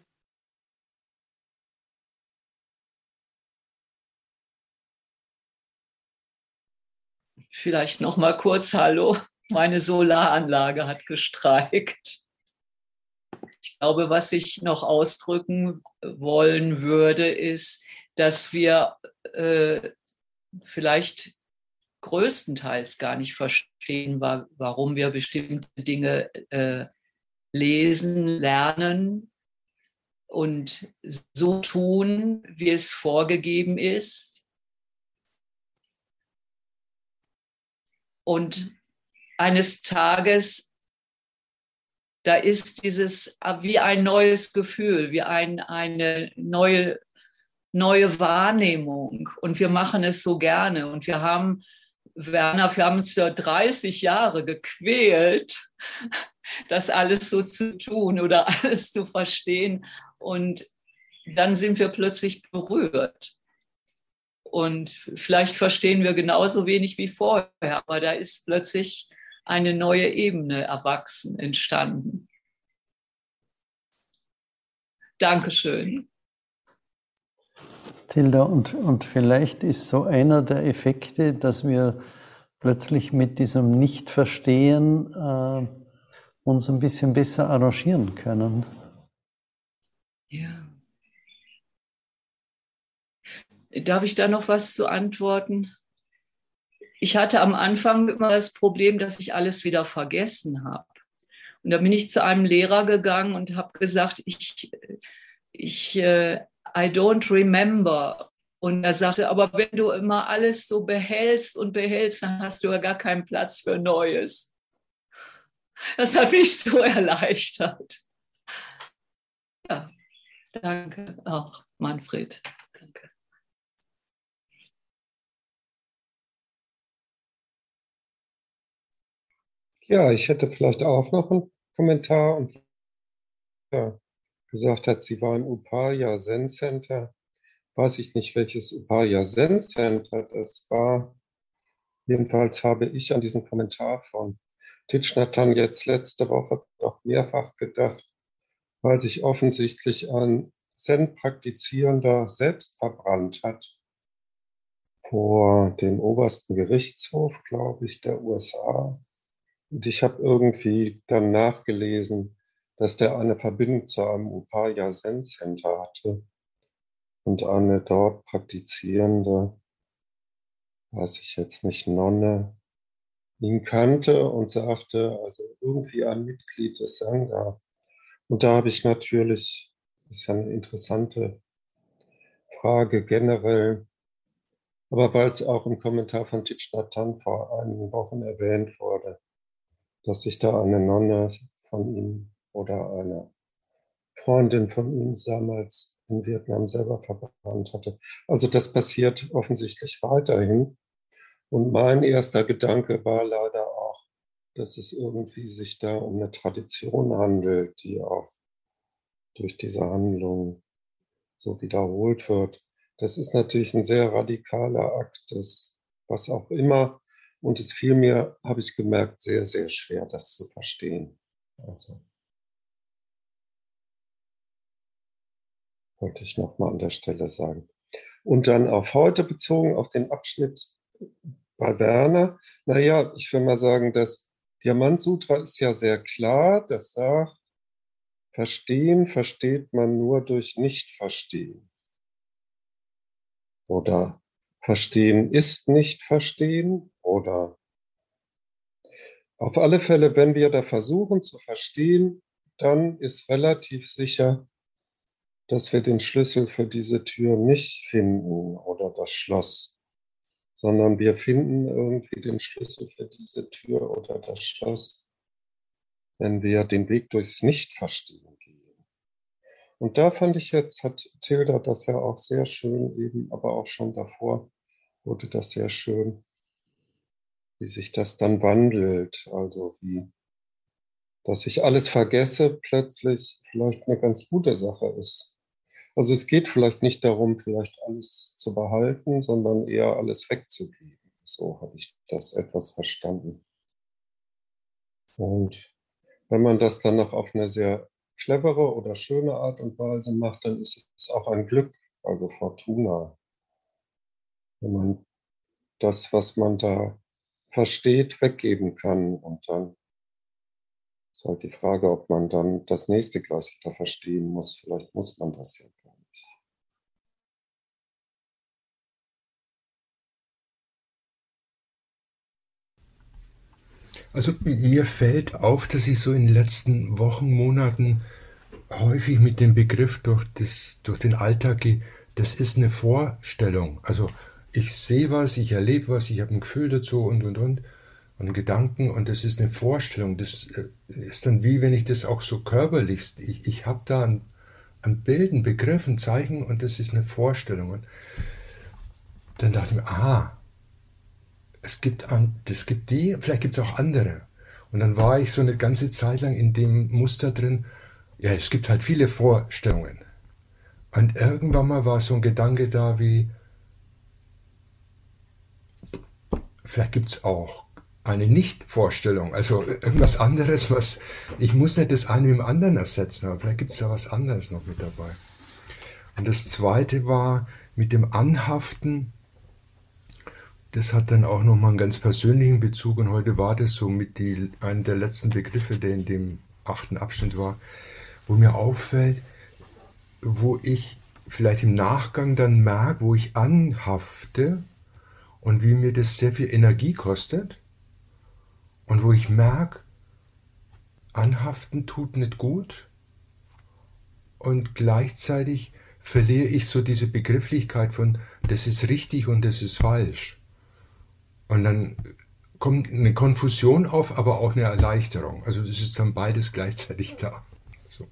Vielleicht noch mal kurz Hallo. Meine Solaranlage hat gestreikt. Ich glaube, was ich noch ausdrücken wollen würde, ist, dass wir äh, vielleicht größtenteils gar nicht verstehen, wa- warum wir bestimmte Dinge äh, lesen, lernen und so tun, wie es vorgegeben ist. Und eines Tages, da ist dieses wie ein neues Gefühl, wie ein, eine neue, neue Wahrnehmung. Und wir machen es so gerne. Und wir haben, Werner, wir haben uns ja dreißig Jahre gequält, das alles so zu tun oder alles zu verstehen. Und dann sind wir plötzlich berührt. Und vielleicht verstehen wir genauso wenig wie vorher, aber da ist plötzlich eine neue Ebene erwachsen, entstanden. Dankeschön. Tilda, und, und vielleicht ist so einer der Effekte, dass wir plötzlich mit diesem Nichtverstehen äh, uns ein bisschen besser arrangieren können. Ja. Darf ich da noch was zu antworten? Ich hatte am Anfang immer das Problem, dass ich alles wieder vergessen habe. Und da bin ich zu einem Lehrer gegangen und habe gesagt, ich, ich, äh, I don't remember. Und er sagte, aber wenn du immer alles so behältst und behältst, dann hast du ja gar keinen Platz für Neues. Das hat mich so erleichtert. Ja, danke auch, Manfred. Danke. Ja, ich hätte vielleicht auch noch einen Kommentar und ja, gesagt hat, sie war im Upaya Zen Center. Weiß ich nicht, welches Upaya Zen Center das war. Jedenfalls habe ich an diesen Kommentar von Thich Nhat Hanh jetzt letzte Woche doch mehrfach gedacht, weil sich offensichtlich ein Zen-Praktizierender selbst verbrannt hat vor dem obersten Gerichtshof, glaube ich, der U S A. Und ich habe irgendwie dann nachgelesen, dass der eine Verbindung zu einem Upaya Zen Center hatte und eine dort praktizierende, weiß ich jetzt nicht, Nonne, ihn kannte und sagte, also irgendwie ein Mitglied des Sangha. Und da habe ich natürlich, das ist ja eine interessante Frage generell, aber weil es auch im Kommentar von Thich Nhat Hanh vor einigen Wochen erwähnt wurde, dass sich da eine Nonne von ihm oder eine Freundin von ihm damals in Vietnam selber verbrannt hatte. Also das passiert offensichtlich weiterhin. Und mein erster Gedanke war leider auch, dass es irgendwie sich da um eine Tradition handelt, die auch durch diese Handlung so wiederholt wird. Das ist natürlich ein sehr radikaler Akt, das, was auch immer. Und es fiel mir, habe ich gemerkt, sehr, sehr schwer, das zu verstehen. Also wollte ich nochmal an der Stelle sagen. Und dann auf heute bezogen, auf den Abschnitt bei Werner. Naja, ich will mal sagen, das Diamant-Sutra ist ja sehr klar. Das sagt, Verstehen versteht man nur durch Nicht-Verstehen. Oder Verstehen ist Nicht-Verstehen. Oder auf alle Fälle, wenn wir da versuchen zu verstehen, dann ist relativ sicher, dass wir den Schlüssel für diese Tür nicht finden oder das Schloss, sondern wir finden irgendwie den Schlüssel für diese Tür oder das Schloss, wenn wir den Weg durchs Nicht-Verstehen gehen. Und da fand ich jetzt, hat Tilda das ja auch sehr schön eben, aber auch schon davor wurde das sehr schön, wie sich das dann wandelt, also wie, dass ich alles vergesse, plötzlich vielleicht eine ganz gute Sache ist. Also es geht vielleicht nicht darum, vielleicht alles zu behalten, sondern eher alles wegzugeben. So habe ich das etwas verstanden. Und wenn man das dann noch auf eine sehr clevere oder schöne Art und Weise macht, dann ist es auch ein Glück, also Fortuna. Wenn man das, was man da versteht, weggeben kann. Und dann ist halt die Frage, ob man dann das nächste gleich wieder verstehen muss. Vielleicht muss man das ja gar nicht. Also mir fällt auf, dass ich so in den letzten Wochen, Monaten häufig mit dem Begriff durch, das, durch den Alltag gehe, das ist eine Vorstellung. Also ich sehe was, ich erlebe was, ich habe ein Gefühl dazu und, und, und. Und Gedanken, und das ist eine Vorstellung. Das ist dann wie, wenn ich das auch so körperlich, ich, ich habe da ein, ein Bild, ein Begriff, ein Zeichen und das ist eine Vorstellung. Und dann dachte ich mir, aha, es gibt, an, es gibt die, vielleicht gibt es auch andere. Und dann war ich so eine ganze Zeit lang in dem Muster drin, ja, es gibt halt viele Vorstellungen. Und irgendwann mal war so ein Gedanke da wie, vielleicht gibt es auch eine Nicht-Vorstellung, also irgendwas anderes, was, ich muss nicht das eine mit dem anderen ersetzen, aber vielleicht gibt es da was anderes noch mit dabei. Und das zweite war mit dem Anhaften, das hat dann auch nochmal einen ganz persönlichen Bezug und heute war das so mit die, einem der letzten Begriffe, der in dem achten Abschnitt war, wo mir auffällt, wo ich vielleicht im Nachgang dann merke, wo ich anhafte und wie mir das sehr viel Energie kostet und wo ich merke, anhaften tut nicht gut und gleichzeitig verliere ich so diese Begrifflichkeit von, das ist richtig und das ist falsch. Und dann kommt eine Konfusion auf, aber auch eine Erleichterung. Also das ist dann beides gleichzeitig da. So.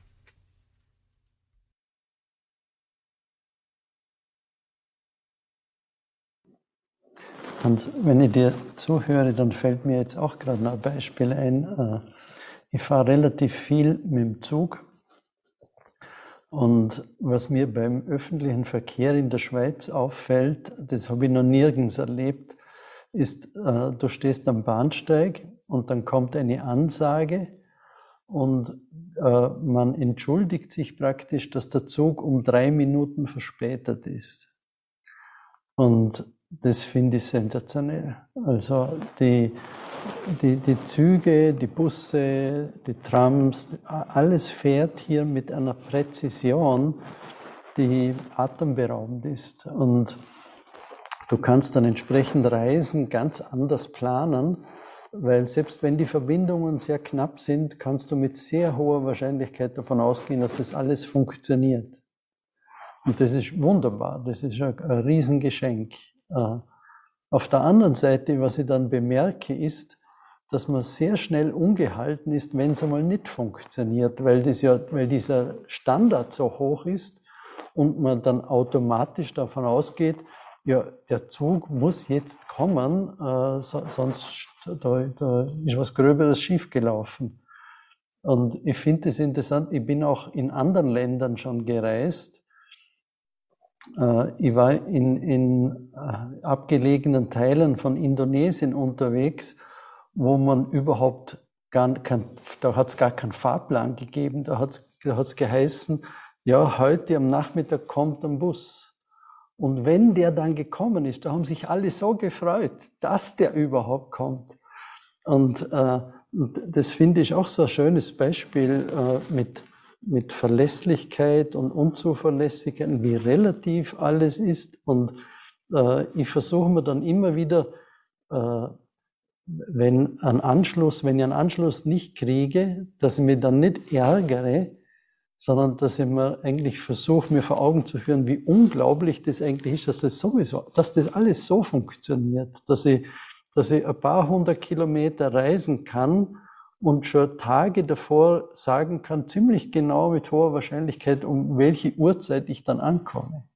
Und wenn ich dir zuhöre, dann fällt mir jetzt auch gerade noch ein Beispiel ein. Ich fahre relativ viel mit dem Zug. Und was mir beim öffentlichen Verkehr in der Schweiz auffällt, das habe ich noch nirgends erlebt, ist, äh, du stehst am Bahnsteig und dann kommt eine Ansage und äh, man entschuldigt sich praktisch, dass der Zug um drei Minuten verspätet ist. Und das finde ich sensationell. Also die, die, die Züge, die Busse, die Trams, alles fährt hier mit einer Präzision, die atemberaubend ist. Und du kannst dann entsprechend Reisen ganz anders planen, weil selbst wenn die Verbindungen sehr knapp sind, kannst du mit sehr hoher Wahrscheinlichkeit davon ausgehen, dass das alles funktioniert. Und das ist wunderbar, das ist ein, ein Riesengeschenk. Auf der anderen Seite, was ich dann bemerke, ist, dass man sehr schnell ungehalten ist, wenn es einmal nicht funktioniert, weil, das ja, weil dieser Standard so hoch ist und man dann automatisch davon ausgeht, ja, der Zug muss jetzt kommen, äh, so, sonst da, da ist was Gröberes schiefgelaufen. Und ich finde es interessant, ich bin auch in anderen Ländern schon gereist. Äh, ich war in, in äh, abgelegenen Teilen von Indonesien unterwegs, wo man überhaupt gar kein, da hat es gar keinen Fahrplan gegeben, da hat es da hat's geheißen, ja, heute am Nachmittag kommt ein Bus. Und wenn der dann gekommen ist, da haben sich alle so gefreut, dass der überhaupt kommt. Und äh, das finde ich auch so ein schönes Beispiel äh, mit, mit Verlässlichkeit und Unzuverlässigkeit, wie relativ alles ist. Und äh, ich versuche mir dann immer wieder, äh, wenn ein Anschluss, wenn ich einen Anschluss nicht kriege, dass ich mich dann nicht ärgere, sondern dass ich mir eigentlich versuche, mir vor Augen zu führen, wie unglaublich das eigentlich ist, dass das sowieso, dass das alles so funktioniert, dass ich, dass ich ein paar hundert Kilometer reisen kann und schon Tage davor sagen kann, ziemlich genau mit hoher Wahrscheinlichkeit, um welche Uhrzeit ich dann ankomme.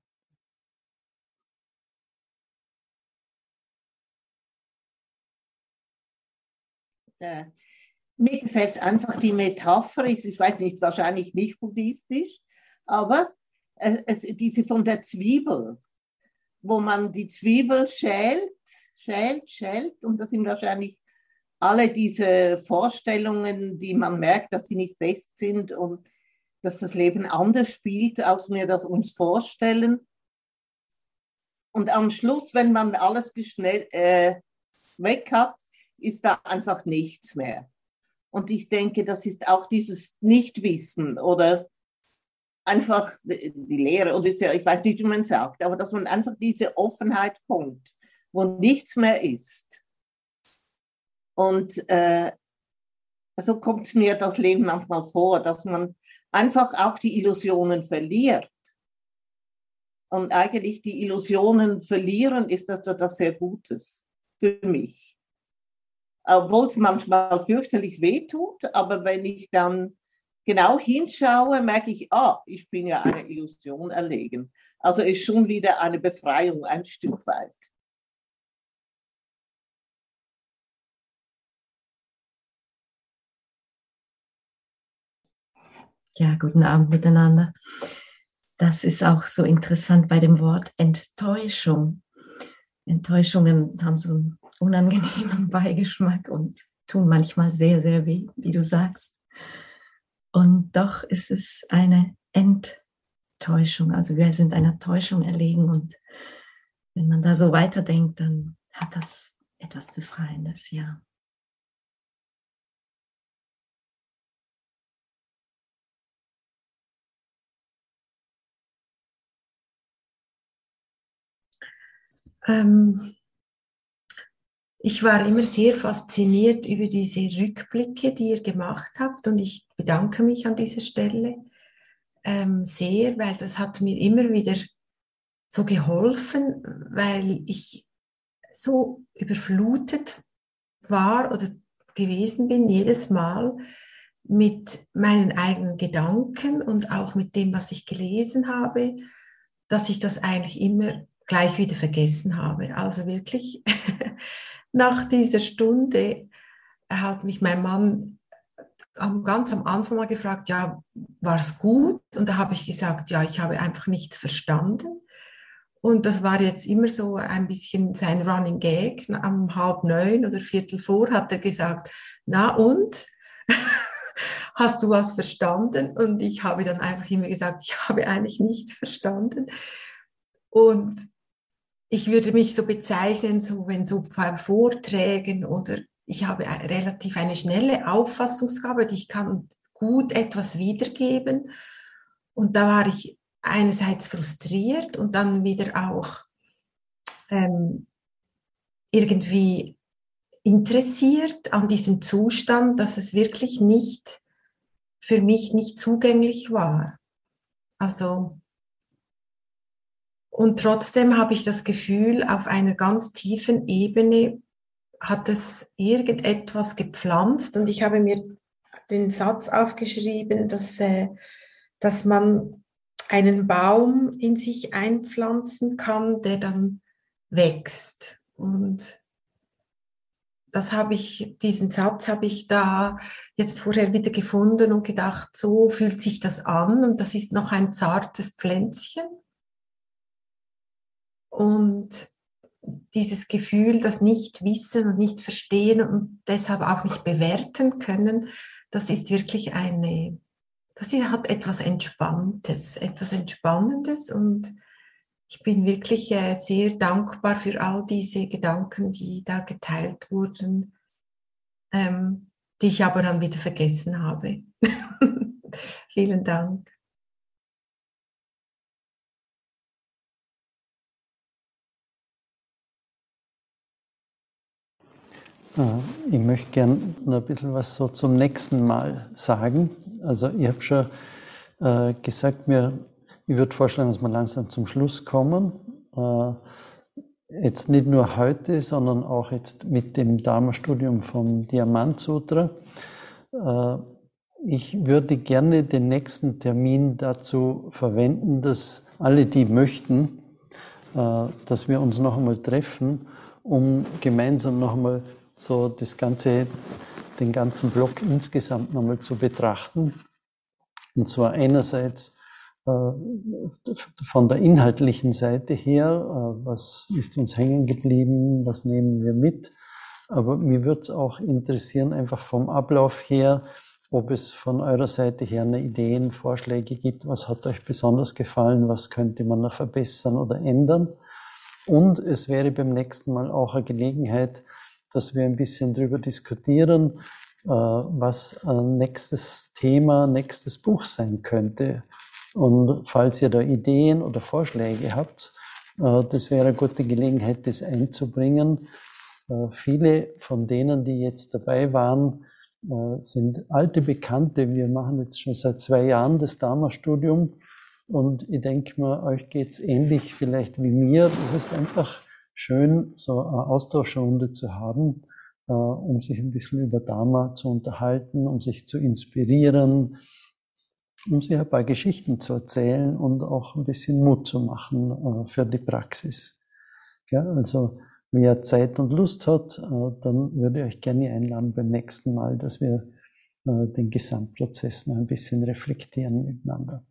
Ja. Mir gefällt einfach die Metapher, ich weiß nicht, wahrscheinlich nicht buddhistisch, aber es, es, diese von der Zwiebel, wo man die Zwiebel schält, schält, schält und das sind wahrscheinlich alle diese Vorstellungen, die man merkt, dass die nicht fest sind und dass das Leben anders spielt, als wir das uns vorstellen. Und am Schluss, wenn man alles schnell äh, weg hat, ist da einfach nichts mehr. Und ich denke, das ist auch dieses Nichtwissen oder einfach die Lehre, oder ja, ich weiß nicht, wie man sagt, aber dass man einfach diese Offenheit kommt, wo nichts mehr ist. Und äh, so kommt mir das Leben manchmal vor, dass man einfach auch die Illusionen verliert. Und eigentlich die Illusionen verlieren ist das etwas sehr Gutes für mich. Obwohl es manchmal fürchterlich wehtut, aber wenn ich dann genau hinschaue, merke ich, ah, ich bin ja einer Illusion erlegen. Also ist schon wieder eine Befreiung ein Stück weit. Ja, guten Abend miteinander. Das ist auch so interessant bei dem Wort Enttäuschung. Enttäuschungen haben so einen unangenehmen Beigeschmack und tun manchmal sehr, sehr weh, wie du sagst. Und doch ist es eine Enttäuschung. Also wir sind einer Täuschung erlegen und wenn man da so weiterdenkt, dann hat das etwas Befreiendes, ja. Ähm, ich war immer sehr fasziniert über diese Rückblicke, die ihr gemacht habt, und ich bedanke mich an dieser Stelle ähm, sehr, weil das hat mir immer wieder so geholfen, weil ich so überflutet war oder gewesen bin jedes Mal mit meinen eigenen Gedanken und auch mit dem, was ich gelesen habe, dass ich das eigentlich immer gleich wieder vergessen habe. Also wirklich, nach dieser Stunde hat mich mein Mann ganz am Anfang mal gefragt, ja, war es gut? Und da habe ich gesagt, ja, ich habe einfach nichts verstanden. Und das war jetzt immer so ein bisschen sein Running Gag. Um halb neun oder viertel vor hat er gesagt, na und? Hast du was verstanden? Und ich habe dann einfach immer gesagt, ich habe eigentlich nichts verstanden. Und ich würde mich so bezeichnen, so wenn so bei Vorträgen oder ich habe relativ eine schnelle Auffassungsgabe, ich kann gut etwas wiedergeben. Und da war ich einerseits frustriert und dann wieder auch ähm, irgendwie interessiert an diesem Zustand, dass es wirklich nicht, für mich nicht zugänglich war. Also, und trotzdem habe ich das Gefühl, auf einer ganz tiefen Ebene hat es irgendetwas gepflanzt, und ich habe mir den Satz aufgeschrieben, dass, äh, dass man einen Baum in sich einpflanzen kann, der dann wächst. Und das habe ich, diesen Satz habe ich da jetzt vorher wieder gefunden und gedacht, so fühlt sich das an, und das ist noch ein zartes Pflänzchen. Und dieses Gefühl, das nicht wissen und nicht verstehen und deshalb auch nicht bewerten können, das ist wirklich eine, das hat etwas Entspanntes, etwas Entspannendes, und ich bin wirklich sehr dankbar für all diese Gedanken, die da geteilt wurden, ähm, die ich aber dann wieder vergessen habe. Vielen Dank. Ich möchte gerne noch ein bisschen was so zum nächsten Mal sagen. Also ich habe schon äh, gesagt, mir, ich würde vorschlagen, dass wir langsam zum Schluss kommen. Äh, jetzt nicht nur heute, sondern auch jetzt mit dem Dharma-Studium vom Diamant Sutra. Äh, ich würde gerne den nächsten Termin dazu verwenden, dass alle, die möchten, äh, dass wir uns noch einmal treffen, um gemeinsam noch einmal so das ganze, den ganzen Block insgesamt nochmal zu betrachten. Und zwar einerseits äh, von der inhaltlichen Seite her, äh, was ist uns hängen geblieben, was nehmen wir mit. Aber mir würde es auch interessieren, einfach vom Ablauf her, ob es von eurer Seite her eine Ideen, Vorschläge gibt, was hat euch besonders gefallen, was könnte man noch verbessern oder ändern. Und es wäre beim nächsten Mal auch eine Gelegenheit, dass wir ein bisschen darüber diskutieren, was ein nächstes Thema, nächstes Buch sein könnte. Und falls ihr da Ideen oder Vorschläge habt, das wäre eine gute Gelegenheit, das einzubringen. Viele von denen, die jetzt dabei waren, sind alte Bekannte. Wir machen jetzt schon seit zwei Jahren das Dharma-Studium. Und ich denke mal, euch geht's ähnlich vielleicht wie mir. Es ist einfach schön, so eine Austauschrunde zu haben, äh, um sich ein bisschen über Dharma zu unterhalten, um sich zu inspirieren, um sich ein paar Geschichten zu erzählen und auch ein bisschen Mut zu machen äh, für die Praxis. Ja, also wer Zeit und Lust hat, äh, dann würde ich euch gerne einladen beim nächsten Mal, dass wir äh, den Gesamtprozess noch ein bisschen reflektieren miteinander.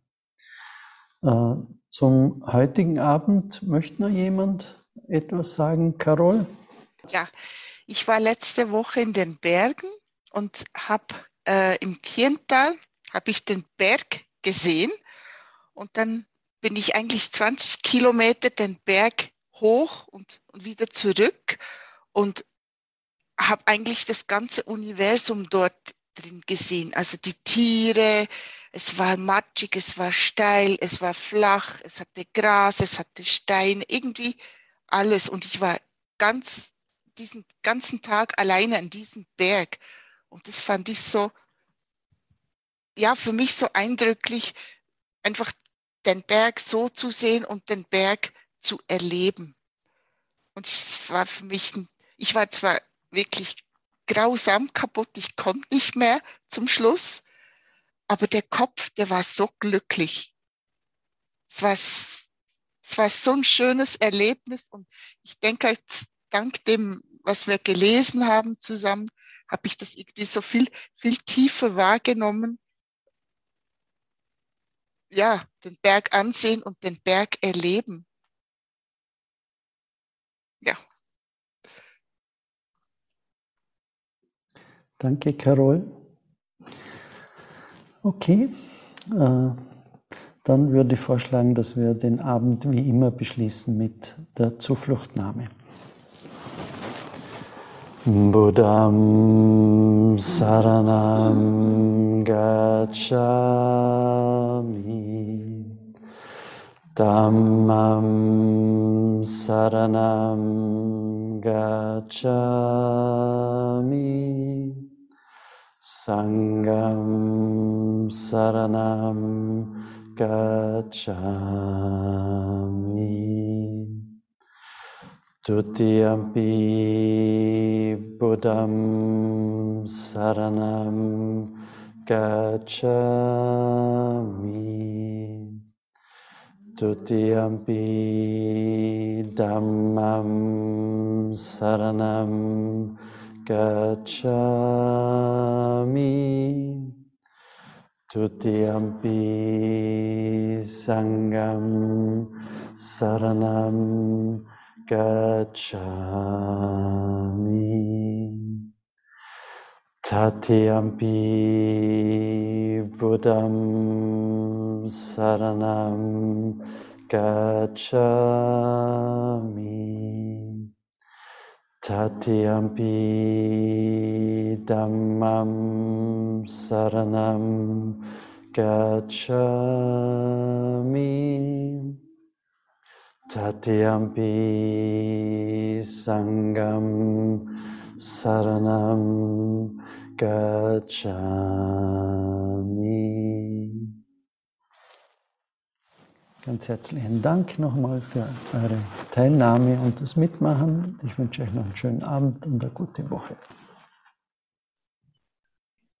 Äh, zum heutigen Abend möchte noch jemand etwas sagen, Carol? Ja, ich war letzte Woche in den Bergen und habe äh, im Kiental habe ich den Berg gesehen, und dann bin ich eigentlich zwanzig Kilometer den Berg hoch und, und wieder zurück und habe eigentlich das ganze Universum dort drin gesehen. Also die Tiere, es war matschig, es war steil, es war flach, es hatte Gras, es hatte Steine, irgendwie alles. Und ich war ganz diesen ganzen Tag alleine an diesem Berg. Und das fand ich so, ja, für mich so eindrücklich, einfach den Berg so zu sehen und den Berg zu erleben. Und es war für mich, ein, ich war zwar wirklich grausam kaputt, ich konnte nicht mehr zum Schluss, aber der Kopf, der war so glücklich. Es war, es war so ein schönes Erlebnis und ich denke, jetzt, dank dem, was wir gelesen haben zusammen, habe ich das irgendwie so viel, viel tiefer wahrgenommen. Ja, den Berg ansehen und den Berg erleben. Ja. Danke, Carol. Okay, äh, dann würde ich vorschlagen, dass wir den Abend wie immer beschließen mit der Zufluchtnahme. Buddham Saranam Gacchami Dhammam Saranam Gacchami Sangham Saranam Gacchami Tutiyampi Buddham Saranam Gacchami Tutiyampi Dhammam Saranam Gacchami Tutiyampi Sangham Saranam Gacchami Tatiyampi Buddham Saranam Gacchami Tatiyampi Dhammam Saranam Gacchami Tatiyampi Sangham Saranam Gacchami. Ganz herzlichen Dank nochmal für eure Teilnahme und das Mitmachen. Ich wünsche euch noch einen schönen Abend und eine gute Woche.